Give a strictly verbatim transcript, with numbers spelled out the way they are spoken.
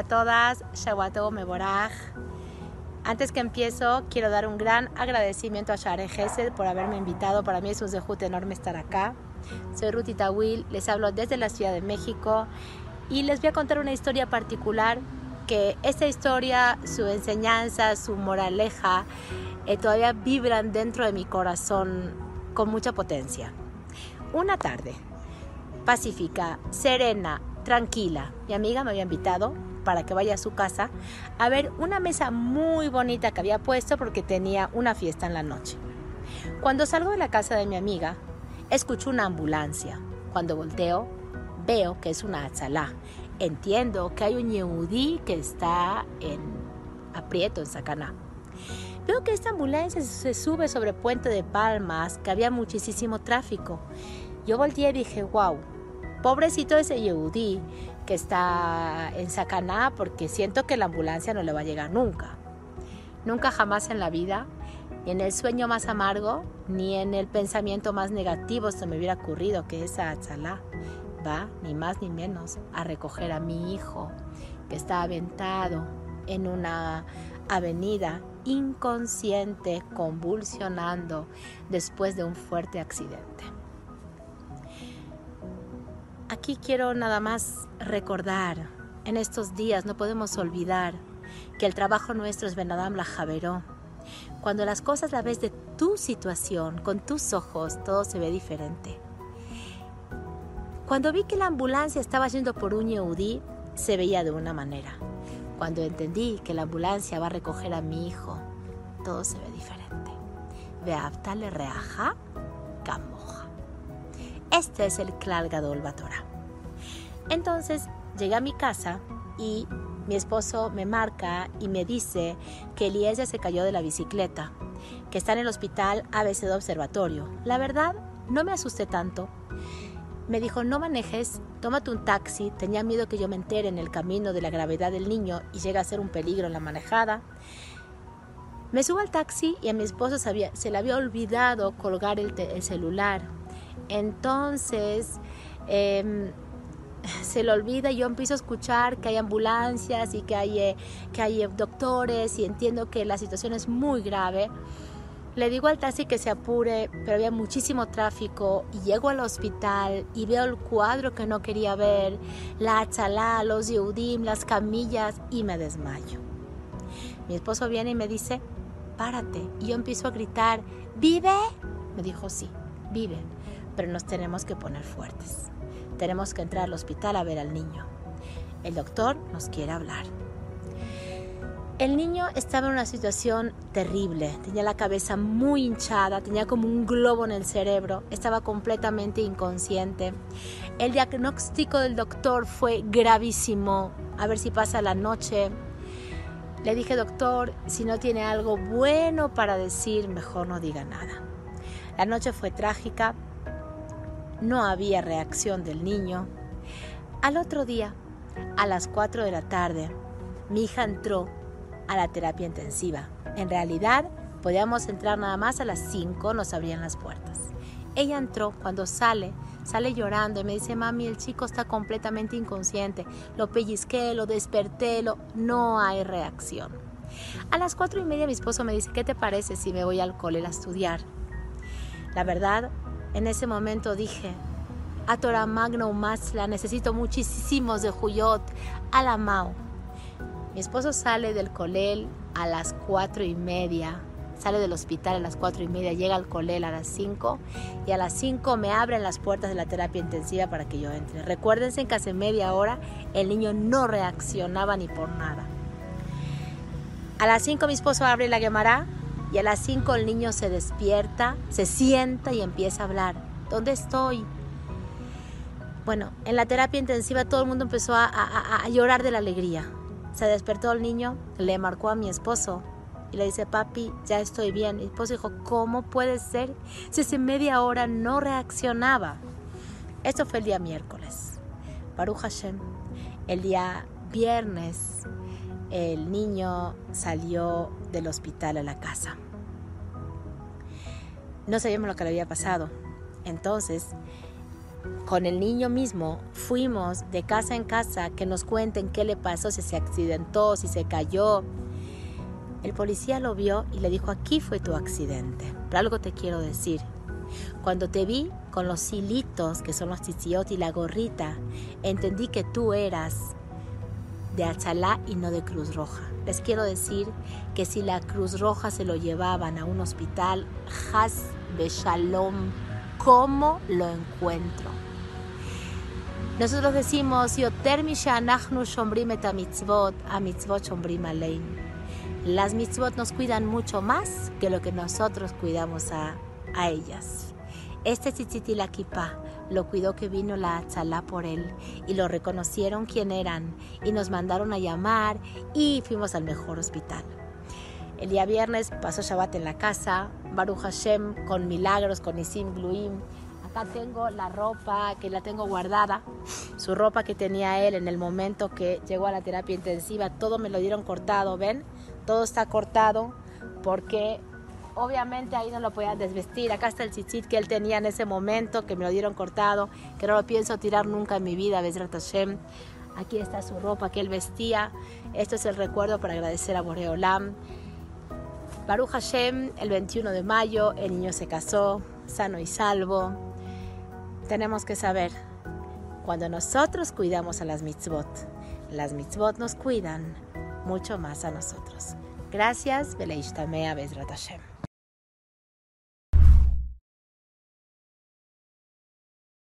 a todas, Shabbat Tov Mevorach. Antes que empiezo, quiero dar un gran agradecimiento a Shaarei Chesed por haberme invitado. Para mí es un zehut enorme estar acá. Soy Ruth Itawil, les hablo desde la Ciudad de México y les voy a contar una historia particular que esta historia, su enseñanza, su moraleja, eh, todavía vibran dentro de mi corazón con mucha potencia. Una tarde pacífica, serena, tranquila, mi amiga me había invitado para que vaya a su casa a ver una mesa muy bonita que había puesto porque tenía una fiesta en la noche. Cuando salgo de la casa de mi amiga, escucho una ambulancia. Cuando volteo, veo que es una atzalá. Entiendo que hay un yehudí que está en aprieto, en Sakaná. Veo que esta ambulancia se sube sobre Puente de Palmas, que había muchísimo tráfico. Yo volteé y dije, wow, pobrecito ese yehudí que está en Sakaná, porque siento que la ambulancia no le va a llegar nunca. Nunca jamás en la vida, ni en el sueño más amargo, ni en el pensamiento más negativo se me hubiera ocurrido que esa atzalá va, ni más ni menos, a recoger a mi hijo, que está aventado en una avenida, inconsciente, convulsionando después de un fuerte accidente. Aquí quiero nada más recordar, en estos días no podemos olvidar que el trabajo nuestro es Ben Adam Lajaveró. Cuando las cosas las ves de tu situación, con tus ojos, todo se ve diferente. Cuando vi que la ambulancia estaba yendo por un yehudí, se veía de una manera. Cuando entendí que la ambulancia va a recoger a mi hijo, todo se ve diferente. Ve'afta lereaja kamoja. Este es el Klal Gadol Batorá. Entonces llegué a mi casa y mi esposo me marca y me dice que Eliezer se cayó de la bicicleta, que está en el hospital A B C de Observatorio. La verdad, no me asusté tanto. Me dijo, no manejes, tómate un taxi. Tenía miedo que yo me entere en el camino de la gravedad del niño y llegue a ser un peligro en la manejada. Me subo al taxi y a mi esposo se, había, se le había olvidado colgar el, te, el celular. Entonces eh, se le olvida y yo empiezo a escuchar que hay ambulancias y que hay, eh, que hay doctores y entiendo que la situación es muy grave. Le digo al taxi que se apure, pero había muchísimo tráfico y llego al hospital y veo el cuadro que no quería ver, la atzalá, los yehudim, las camillas y me desmayo. Mi esposo viene y me dice, párate. Y yo empiezo a gritar, ¿vive? Me dijo, sí, vive, pero nos tenemos que poner fuertes. Tenemos que entrar al hospital a ver al niño. El doctor nos quiere hablar. El niño estaba en una situación terrible, tenía la cabeza muy hinchada, tenía como un globo en el cerebro, estaba completamente inconsciente. El diagnóstico del doctor fue gravísimo, a ver si pasa la noche. Le dije, doctor, si no tiene algo bueno para decir, mejor no diga nada. La noche fue trágica, no había reacción del niño. Al otro día, a las cuatro de la tarde, mi hija entró a la terapia intensiva. En realidad, podíamos entrar nada más a las cinco, nos abrían las puertas. Ella entró, cuando sale, sale llorando y me dice, mami, el chico está completamente inconsciente. Lo pellizqué, lo desperté, lo... no hay reacción. A las cuatro y media mi esposo me dice, ¿qué te parece si me voy al cole a estudiar? La verdad, en ese momento dije, a Torah Magno Masla, necesito muchísimos de Juyot, a la Mao. Mi esposo sale del colel a las cuatro y media, sale del hospital a las cuatro y media, llega al colel a las cinco y a las cinco me abren las puertas de la terapia intensiva para que yo entre. Recuérdense que hace media hora el niño no reaccionaba ni por nada. A las cinco mi esposo abre la Gemara y a las cinco el niño se despierta, se sienta y empieza a hablar. ¿Dónde estoy? Bueno, en la terapia intensiva todo el mundo empezó a, a, a llorar de la alegría. Se despertó el niño, le marcó a mi esposo y le dice, papi, ya estoy bien. Mi esposo dijo, ¿cómo puede ser si hace media hora no reaccionaba? Esto fue el día miércoles. Baruch Hashem, el día viernes, el niño salió del hospital a la casa. No sabíamos lo que le había pasado. Entonces, con el niño mismo fuimos de casa en casa que nos cuenten qué le pasó, si se accidentó, si se cayó. El policía lo vio y le dijo, aquí fue tu accidente. Pero algo te quiero decir. Cuando te vi con los hilitos, que son los tzitziot y la gorrita, entendí que tú eras de Hatzalah y no de Cruz Roja. Les quiero decir que si la Cruz Roja se lo llevaban a un hospital, Haz Beshalom, ¿cómo lo encuentro? Nosotros decimos, Yoter mishanachnu shombrim et hamitzvot, hamitzvot shombrim aleinu. Las mitzvot nos cuidan mucho más que lo que nosotros cuidamos a, a ellas. Este tzitzit y la kipá lo cuidó que vino la Hatzalah por él y lo reconocieron quién eran y nos mandaron a llamar y fuimos al mejor hospital. El día viernes pasó Shabbat en la casa, Baruch Hashem, con milagros, con Nisim Gluim. Acá tengo la ropa que la tengo guardada, su ropa que tenía él en el momento que llegó a la terapia intensiva. Todo me lo dieron cortado, ¿ven? Todo está cortado porque obviamente ahí no lo podían desvestir. Acá está el tzitzit que él tenía en ese momento, que me lo dieron cortado, que no lo pienso tirar nunca en mi vida, Bezrat Hashem. Aquí está su ropa que él vestía. Esto es el recuerdo para agradecer a Borei Olam. Baruch Hashem, el veintiuno de mayo, el niño se casó, sano y salvo. Tenemos que saber, cuando nosotros cuidamos a las mitzvot, las mitzvot nos cuidan mucho más a nosotros. Gracias, Veleishtamea Bezrat Hashem.